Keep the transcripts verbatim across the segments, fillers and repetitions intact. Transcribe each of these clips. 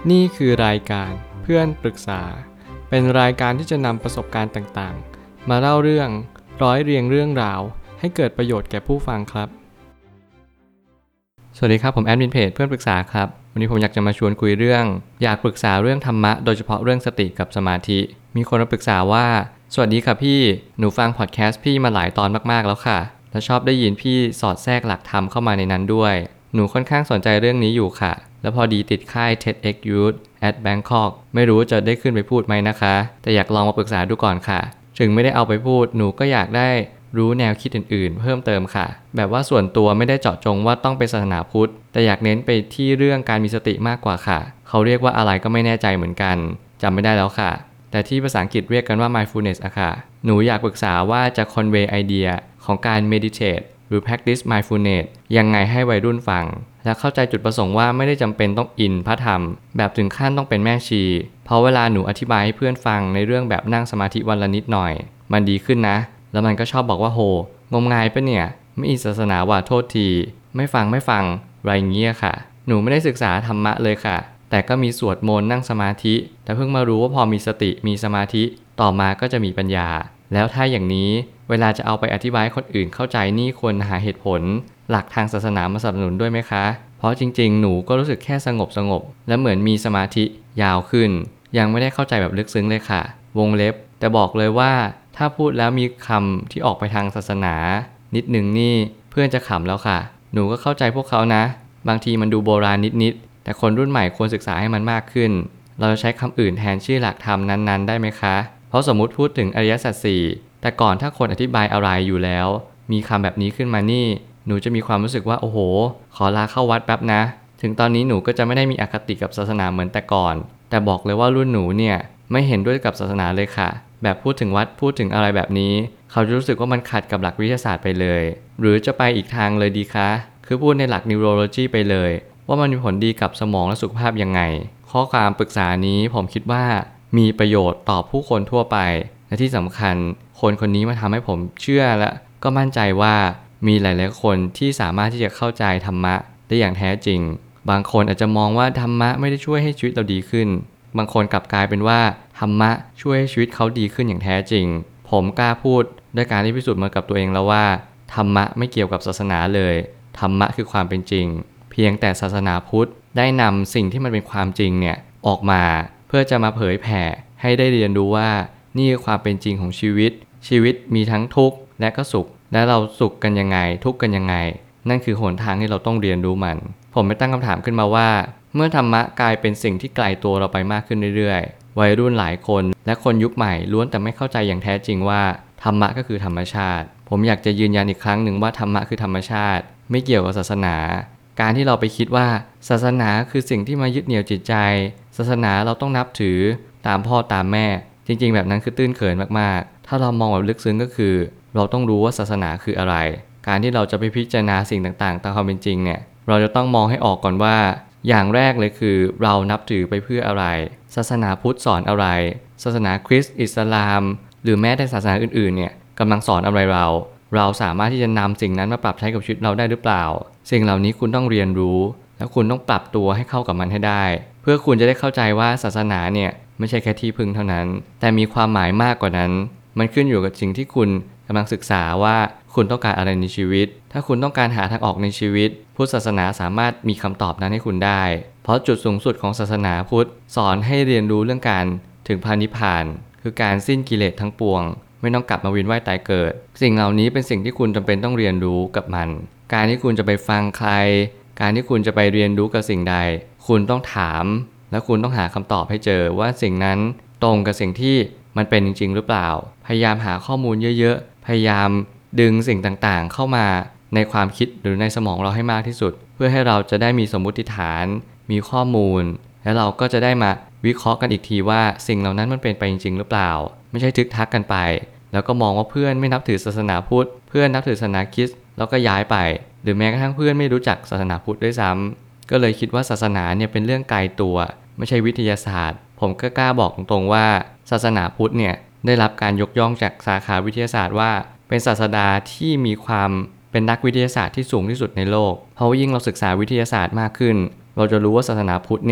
นี่คือรายการเพื่อนปรึกษาเป็นรายการที่จะนำประสบการณ์ต่างๆมาเล่าเรื่องร้อยเรียงเรื่องราวให้เกิดประโยชน์แก่ผู้ฟังครับสวัสดีครับผมแอดมินเพจเพื่อนปรึกษาครับวันนี้ผมอยากจะมาชวนคุยเรื่องอยากปรึกษาเรื่องธรรมะโดยเฉพาะเรื่องสติกับสมาธิมีคนมาปรึกษาว่าสวัสดีค่ะพี่หนูฟังพอดแคสต์พี่มาหลายตอนมากๆแล้วค่ะและชอบได้ยินพี่สอดแทรกหลักธรรมเข้ามาในนั้นด้วยหนูค่อนข้างสนใจเรื่องนี้อยู่ค่ะแล้วพอดีติดค่าย ที อี ดี เอ็กซ์ Youth at Bangkok ไม่รู้จะได้ขึ้นไปพูดไหมนะคะแต่อยากลองมาปรึกษาดูก่อนค่ะถึงไม่ได้เอาไปพูดหนูก็อยากได้รู้แนวคิดอื่นๆเพิ่มเติมค่ะแบบว่าส่วนตัวไม่ได้เจาะจงว่าต้องเป็นศาสนาพุทธแต่อยากเน้นไปที่เรื่องการมีสติมากกว่าค่ะเขาเรียกว่าอะไรก็ไม่แน่ใจเหมือนกันจำไม่ได้แล้วค่ะแต่ที่ภาษาอังกฤษเรียกกันว่า mindfulness อะค่ะหนูอยากปรึกษาว่าจะ convey ไอเดียของการ meditate หรือ practice mindfulness ยังไงให้วัยรุ่นฟังและเข้าใจจุดประสงค์ว่าไม่ได้จำเป็นต้องอินพระธรรมแบบถึงขั้นต้องเป็นแม่ชีเพราะเวลาหนูอธิบายให้เพื่อนฟังในเรื่องแบบนั่งสมาธิวันละนิดหน่อยมันดีขึ้นนะแล้วมันก็ชอบบอกว่าโหงมงายปะเนี่ยไม่อินศาสนาว่าโทษทีไม่ฟังไม่ฟังไรเงี้ยค่ะหนูไม่ได้ศึกษาธรรมะเลยค่ะแต่ก็มีสวดมนต์นั่งสมาธิแต่เพิ่งมารู้ว่าพอมีสติมีสมาธิต่อมาก็จะมีปัญญาแล้วถ้าอย่างนี้เวลาจะเอาไปอธิบายให้คนอื่นเข้าใจนี่ควรหาเหตุผลหลักทางศาสนามาสนับสนุนด้วยไหมคะเพราะจริงๆหนูก็รู้สึกแค่สงบสงบและเหมือนมีสมาธิยาวขึ้นยังไม่ได้เข้าใจแบบลึกซึ้งเลยค่ะวงเล็บแต่บอกเลยว่าถ้าพูดแล้วมีคำที่ออกไปทางศาสนานิดนึงนี่เพื่อนจะขำแล้วค่ะหนูก็เข้าใจพวกเขานะบางทีมันดูโบราณนิดๆแต่คนรุ่นใหม่ควรศึกษาให้มันมากขึ้นเราจะใช้คำอื่นแทนชื่อหลักธรรมนั้นๆได้ไหมคะเพราะสมมุติพูดถึงอริยสัจสี่แต่ก่อนถ้าคนอธิบายอะไรอยู่แล้วมีคำแบบนี้ขึ้นมานี่หนูจะมีความรู้สึกว่าโอ้โหขอลาเข้าวัดแป๊บนะถึงตอนนี้หนูก็จะไม่ได้มีอคติกับศาสนาเหมือนแต่ก่อนแต่บอกเลยว่ารุ่นหนูเนี่ยไม่เห็นด้วยกับศาสนาเลยค่ะแบบพูดถึงวัดพูดถึงอะไรแบบนี้เขาจะรู้สึกว่ามันขัดกับหลักวิทยาศาสตร์ไปเลยหรือจะไปอีกทางเลยดีคะคือพูดในหลัก neurology ไปเลยว่ามันมีผลดีกับสมองและสุขภาพยังไงข้อความปรึกษานี้ผมคิดว่ามีประโยชน์ต่อผู้คนทั่วไปและที่สำคัญคนคนนี้มาทำให้ผมเชื่อและก็มั่นใจว่ามีหลายๆคนที่สามารถที่จะเข้าใจธรรมะได้อย่างแท้จริงบางคนอาจจะมองว่าธรรมะไม่ได้ช่วยให้ชีวิตเราดีขึ้นบางคนกลับกลายเป็นว่าธรรมะช่วยให้ชีวิตเขาดีขึ้นอย่างแท้จริงผมกล้าพูดด้วยการที่พิสูจน์มากับตัวเองแล้วว่าธรรมะไม่เกี่ยวกับศาสนาเลยธรรมะคือความเป็นจริงเพียงแต่ศาสนาพุทธได้นำสิ่งที่มันเป็นความจริงเนี่ยออกมาเพื่อจะมาเผยแผ่ให้ได้เรียนรู้ว่านี่คือความเป็นจริงของชีวิตชีวิตมีทั้งทุกข์และก็สุขและเราสุขกันยังไงทุกข์กันยังไงนั่นคือหนทางที่เราต้องเรียนรู้มันผมไม่ตั้งคำถามขึ้นมาว่าเมื่อธรรมะกลายเป็นสิ่งที่ไกลตัวเราไปมากขึ้นเรื่อยๆวัยรุ่นหลายคนและคนยุคใหม่ล้วนแต่ไม่เข้าใจอย่างแท้จริงว่าธรรมะก็คือธรรมชาติผมอยากจะยืนยันอีกครั้งหนึ่งว่าธรรมะคือธรรมชาติไม่เกี่ยวกับศาสนาการที่เราไปคิดว่าศาสนาคือสิ่งที่มายึดเหนี่ยวจิตใจศาสนาเราต้องนับถือตามพ่อตามแม่จริงๆแบบนั้นคือตื้นเขินมากๆถ้าเรามองแบบลึกซึ้งก็คือเราต้องรู้ว่าศาสนาคืออะไรการที่เราจะไปพิจารณาสิ่งต่างๆตามความเป็นจริงเนี่ยเราจะต้องมองให้ออกก่อนว่าอย่างแรกเลยคือเรานับถือไปเพื่ออะไรศาสนาพุทธสอนอะไรศาสนาคริสต์อิสลามหรือแม้แต่ศาสนาอื่นๆเนี่ยกำลังสอนอะไรเราเราสามารถที่จะนำสิ่งนั้นมาปรับใช้กับชีวิตเราได้หรือเปล่าสิ่งเหล่านี้คุณต้องเรียนรู้แล้วคุณต้องปรับตัวให้เข้ากับมันให้ได้เพื่อคุณจะได้เข้าใจว่าศาสนาเนี่ยไม่ใช่แค่ที่พึ่งเท่านั้นแต่มีความหมายมากกว่านั้นมันขึ้นอยู่กับสิ่งที่คุณกำลังศึกษาว่าคุณต้องการอะไรในชีวิตถ้าคุณต้องการหาทางออกในชีวิตพุทธศาสนาสามารถมีคำตอบนั้นให้คุณได้เพราะจุดสูงสุดของศาสนาพุทธสอนให้เรียนรู้เรื่องการถึงพระนิพพานคือการสิ้นกิเลสทั้งปวงไม่ต้องกลับมาเวียนว่ายตายเกิดสิ่งเหล่านี้เป็นสิ่งที่คุณจำเป็นต้องเรียนรู้กับมันการที่คุณจะไปฟังใครการที่คุณจะไปเรียนรู้กับสิ่งใดคุณต้องถามและคุณต้องหาคำตอบให้เจอว่าสิ่งนั้นตรงกับสิ่งที่มันเป็นจริงๆหรือเปล่าพยายามหาข้อมูลเยอะๆพยายามดึงสิ่งต่างๆเข้ามาในความคิดหรือในสมองเราให้มากที่สุดเพื่อให้เราจะได้มีสมมุติฐานมีข้อมูลและเราก็จะได้มาวิเคราะห์กันอีกทีว่าสิ่งเหล่านั้นมันเป็นไปจริงๆหรือเปล่าไม่ใช่ทึกทักกันไปแล้วก็มองว่าเพื่อนไม่นับถือศาสนาพุทธเพื่อนนับถือศาสนาคริสต์แล้วก็ย้ายไปหรือแม้กระทั่งเพื่อนไม่รู้จักศาสนาพุทธด้วยซ้ำก็เลยคิดว่าศาสนาเนี่ยเป็นเรื่องไกลตัวไม่ใช่วิทยาศาสตร์ผมก็กล้าบอกตรงๆว่าศาสนาพุทธเนี่ยได้รับการยกย่องจากสาขาวิทยาศาสตร์ว่าเป็นศาสดาที่มีความเป็นนักวิทยาศาสตร์ที่สูงที่สุดในโลกเพราะยิ่งเราศึกษาวิทยาศาสตร์มากขึ้นเราจะรู้ว่าศาสนาพุทธเนี่ย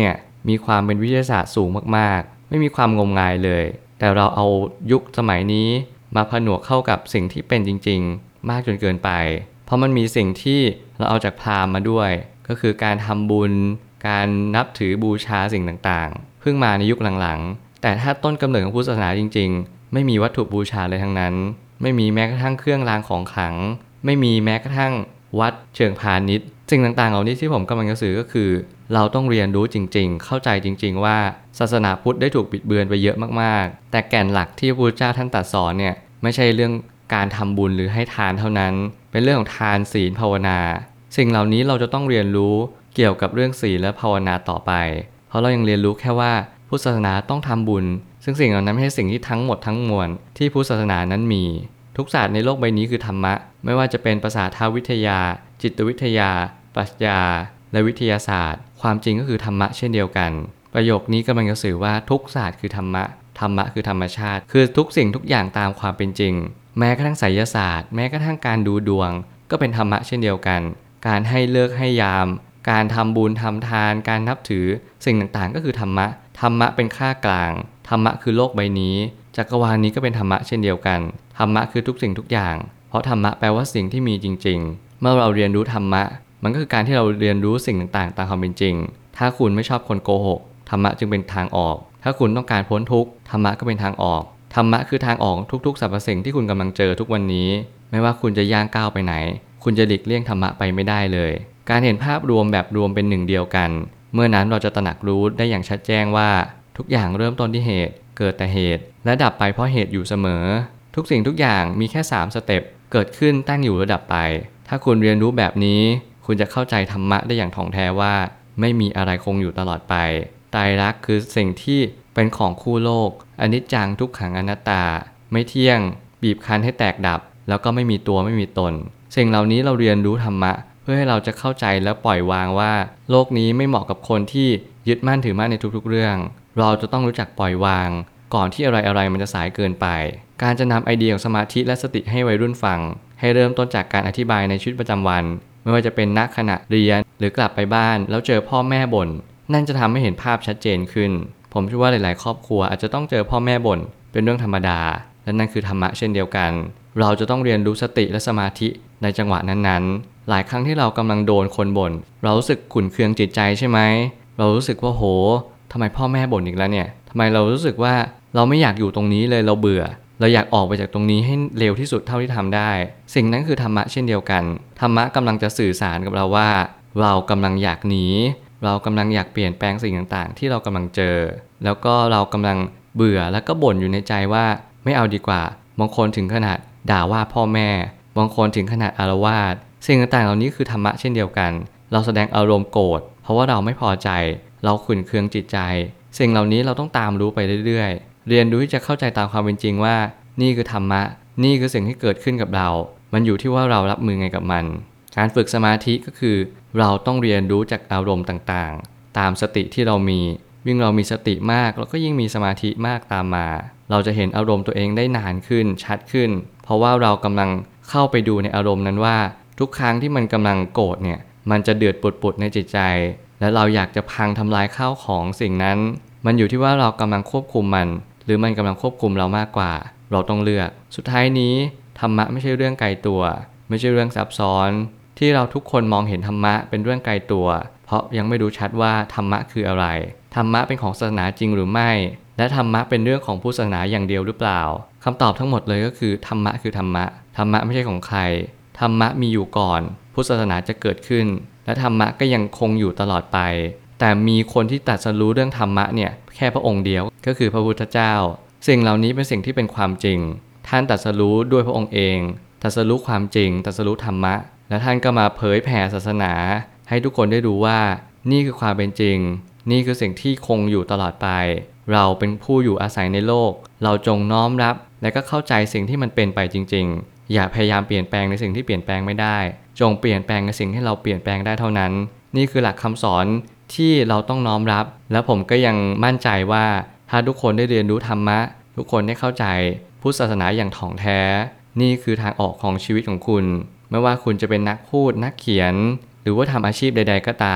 มีความเป็นวิทยาศาสตร์สูงมากๆไม่มีความงมงายเลยแต่เราเอายุคสมัยนี้มาผนวกเข้ากับสิ่งที่เป็นจริงๆมากจนเกินไปเพราะมันมีสิ่งที่เราเอาจากพราหมณ์มาด้วยก็คือการทำบุญการนับถือบูชาสิ่งต่างๆเพิ่งมาในยุคหลังๆแต่ถ้าต้นกำเนิดของพุทธศาสนาจริงๆไม่มีวัตถุบูชาเลยทั้งนั้นไม่มีแม้กระทั่งเครื่องรางของขลังไม่มีแม้กระทั่งวัดเชิงพาณิชย์สิ่งต่างๆเหล่านี้ที่ผมกำลังจะสื่อก็คือเราต้องเรียนรู้จริงๆเข้าใจจริงๆว่าศาสนาพุทธได้ถูกบิดเบือนไปเยอะมากๆแต่แก่นหลักที่พระพุทธเจ้าท่านตรัสสอนเนี่ยไม่ใช่เรื่องการทำบุญหรือให้ทานเท่านั้นเป็นเรื่องของทานศีลภาวนาสิ่งเหล่านี้เราจะต้องเรียนรู้เกี่ยวกับเรื่องศีลและภาวนาต่อไปเพราะเรายังเรียนรู้แค่ว่าพุทธศาสนาต้องทำบุญซึ่งสิ่งเหล่านั้นไม่ใช่สิ่งที่ทั้งหมดทั้งมวลที่พุทธศาสนานั้นมีทุกศาสตร์ในโลกใบนี้คือธรรมะไม่ว่าจะเป็นภาษาทางวิทยาจิตวิทยาปรัชญาและวิทยาศาสตร์ความจริงก็คือธรรมะเช่นเดียวกันประโยคนี้กำลังจะสื่อว่าทุกศาสตร์คือธรรมะธรรมะคือธรรมชาติคือทุกสิ่งทุกอย่างตามความเป็นจริงแม้กระทั่งไสยศาสตร์แม้กระทั่งการดูดวงก็เป็นธรรมะเช่นเดียวกันการให้เลิกให้ยามการทำบุญทำทานการนับถือสิ่งต่างๆก็คือธรรมะธรรมะเป็นค่ากลางธรรมะคือโลกใบนี้จักรวาลนี้ก็เป็นธรรมะเช่นเดียวกันธรรมะคือทุกสิ่งทุกอย่างเพราะธรรมะแปลว่าสิ่งที่มีจริงๆเมื่อเราเรียนรู้ธรรมะมันก็คือการที่เราเรียนรู้สิ่งต่างๆตามความเป็นจริงถ้าคุณไม่ชอบคนโกหกธรรมะจึงเป็นทางออกถ้าคุณต้องการพ้นทุกข์ธรรมะก็เป็นทางออกธรรมะคือทางออกทุกๆสรรพสิ่งที่คุณกำลังเจอทุกวันนี้ไม่ว่าคุณจะย่างก้าวไปไหนคุณจะหลีกเลี่ยงธรรมะไปไม่ได้เลยการเห็นภาพรวมแบบรวมเป็นหนึ่งเดียวกันเมื่อนั้นเราจะตระหนักรู้ได้อย่างชัดแจ้งว่าทุกอย่างเริ่มต้นที่เหตุเกิดแต่เหตุและดับไปเพราะเหตุอยู่เสมอทุกสิ่งทุกอย่างมีแค่สามสเต็ปเกิดขึ้นตั้งอยู่และดับไปถ้าคุณเรียนรู้แบบนี้คุณจะเข้าใจธรรมะได้อย่างถ่องแท้ว่าไม่มีอะไรคงอยู่ตลอดไปไตรลักษณ์คือสิ่งที่เป็นของคู่โลกอนิจจังทุกขังอนัตตาไม่เที่ยงบีบคั้นให้แตกดับแล้วก็ไม่มีตัวไม่มีตนสิ่งเหล่านี้เราเรียนรู้ธรรมะเพื่อให้เราจะเข้าใจและปล่อยวางว่าโลกนี้ไม่เหมาะกับคนที่ยึดมั่นถือมั่นในทุกๆเรื่องเราจะต้องรู้จักปล่อยวางก่อนที่อะไรๆมันจะสายเกินไปการจะนำไอเดียของสมาธิและสติให้วัยรุ่นฟังให้เริ่มต้นจากการอธิบายในชีวิตประจำวันไม่ว่าจะเป็นณขณะเรียนหรือกลับไปบ้านแล้วเจอพ่อแม่บ่นนั่นจะทำให้เห็นภาพชัดเจนขึ้นผมเชื่อว่าหลายๆครอบครัวอาจจะต้องเจอพ่อแม่บ่นเป็นเรื่องธรรมดาและนั่นคือธรรมะเช่นเดียวกันเราจะต้องเรียนรู้สติและสมาธิในจังหวะนั้นๆหลายครั้งที่เรากำลังโดนคนบ่นเรารู้สึกขุ่นเคืองจิตใจใช่ไหมเรารู้สึกว่าโหทำไมพ่อแม่บ่นอีกแล้วเนี่ยทำไมเรารู้สึกว่าเราไม่อยากอยู่ตรงนี้เลยเราเบื่อเราอยากออกไปจากตรงนี้ให้เร็วที่สุดเท่าที่ทำได้สิ่งนั้นคือธรรมะเช่นเดียวกันธรรมะกำลังจะสื่อสารกับเราว่าเรากำลังอยากหนีเรากำลังอยากเปลี่ยนแปลงสิ่งต่างๆที่เรากำลังเจอแล้วก็เรากำลังเบื่อแล้วก็บ่นอยู่ในใจว่าไม่เอาดีกว่าบางคนถึงขนาดด่าว่าพ่อแม่บางคนถึงขนาดอาละวาดสิ่งต่างๆเหล่านี้คือธรรมะเช่นเดียวกันเราแสดงอารมณ์โกรธเพราะว่าเราไม่พอใจเราขุ่นเคืองจิตใจสิ่งเหล่านี้เราต้องตามรู้ไปเรื่อยๆเรียนรู้ที่จะเข้าใจตามความเป็นจริงว่านี่คือธรรมะนี่คือสิ่งที่เกิดขึ้นกับเรามันอยู่ที่ว่าเรารับมือไงกับมันการฝึกสมาธิก็คือเราต้องเรียนรู้จากอารมณ์ต่างๆตามสติที่เรามียิ่งเรามีสติมากเราก็ยิ่งมีสมาธิมากตามมาเราจะเห็นอารมณ์ตัวเองได้นานขึ้นชัดขึ้นเพราะว่าเรากำลังเข้าไปดูในอารมณ์นั้นว่าทุกครั้งที่มันกำลังโกรธเนี่ยมันจะเดือดปุดๆในจิตใจและเราอยากจะพังทำลายข้าวของสิ่งนั้นมันอยู่ที่ว่าเรากำลังควบคุมมันหรือมันกำลังควบคุมเรามากกว่าเราต้องเลือกสุดท้ายนี้ธรรมะไม่ใช่เรื่องไกลตัวไม่ใช่เรื่องซับซ้อนที่เราทุกคนมองเห็นธรรมะเป็นเรื่องไกลตัวเพราะยังไม่รู้ชัดว่าธรรมะคืออะไรธรรมะเป็นของศาสนาจริงหรือไม่และธรรมะเป็นเรื่องของพุทธศาสนาอย่างเดียวหรือเปล่าคำตอบทั้งหมดเลยก็คือธรรมะคือธรรมะธรรมะไม่ใช่ของใครธรรมะมีอยู่ก่อนพุทธศาสนาจะเกิดขึ้นและธรรมะก็ยังคงอยู่ตลอดไปแต่มีคนที่ตรัสรู้เรื่องธรรมะเนี่ยแค่พระองค์เดียวก็คือพระพุทธเจ้าสิ่งเหล่านี้เป็นสิ่งที่เป็นความจริงท่านตรัสรู้ด้วยพระองค์เองตรัสรู้ความจริงตรัสรู้ธรรมะและท่านก็มาเผยแผ่ศาสนาให้ทุกคนได้รู้ว่านี่คือความเป็นจริงนี่คือสิ่งที่คงอยู่ตลอดไปเราเป็นผู้อยู่อาศัยในโลกเราจงน้อมรับและก็เข้าใจสิ่งที่มันเป็นไปจริงๆอย่าพยายามเปลี่ยนแปลงในสิ่งที่เปลี่ยนแปลงไม่ได้จงเปลี่ยนแปลงในสิ่งที่เราเปลี่ยนแปลงได้เท่านั้นนี่คือหลักคำสอนที่เราต้องน้อมรับและผมก็ยังมั่นใจว่าถ้าทุกคนได้เรียนรู้ธรรมะทุกคนได้เข้าใจพุทธศาสนาอย่างถ่องแท้นี่คือทางออกของชีวิตของคุณไม่ว่าคุณจะเป็นนักพูดนักเขียนหรือว่าทำอาชีพใดๆก็ตาม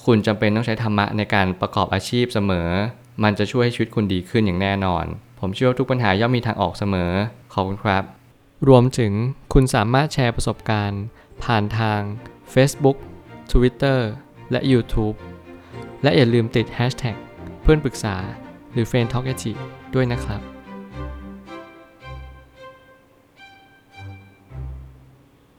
คุณจำเป็นต้องใช้ธรรมะในการประกอบอาชีพเสมอมันจะช่วยให้ชีวิตคุณดีขึ้นอย่างแน่นอนผมเชื่อว่าทุกปัญหาย่อมมีทางออกเสมอขอบคุณครับรวมถึงคุณสามารถแชร์ประสบการณ์ผ่านทาง Facebook Twitter และ YouTube และอย่าลืมติด แฮชแท็ก เพื่อนปรึกษาหรือ เฟรนด์ ทอล์ก แอท จี ด้วยนะครับ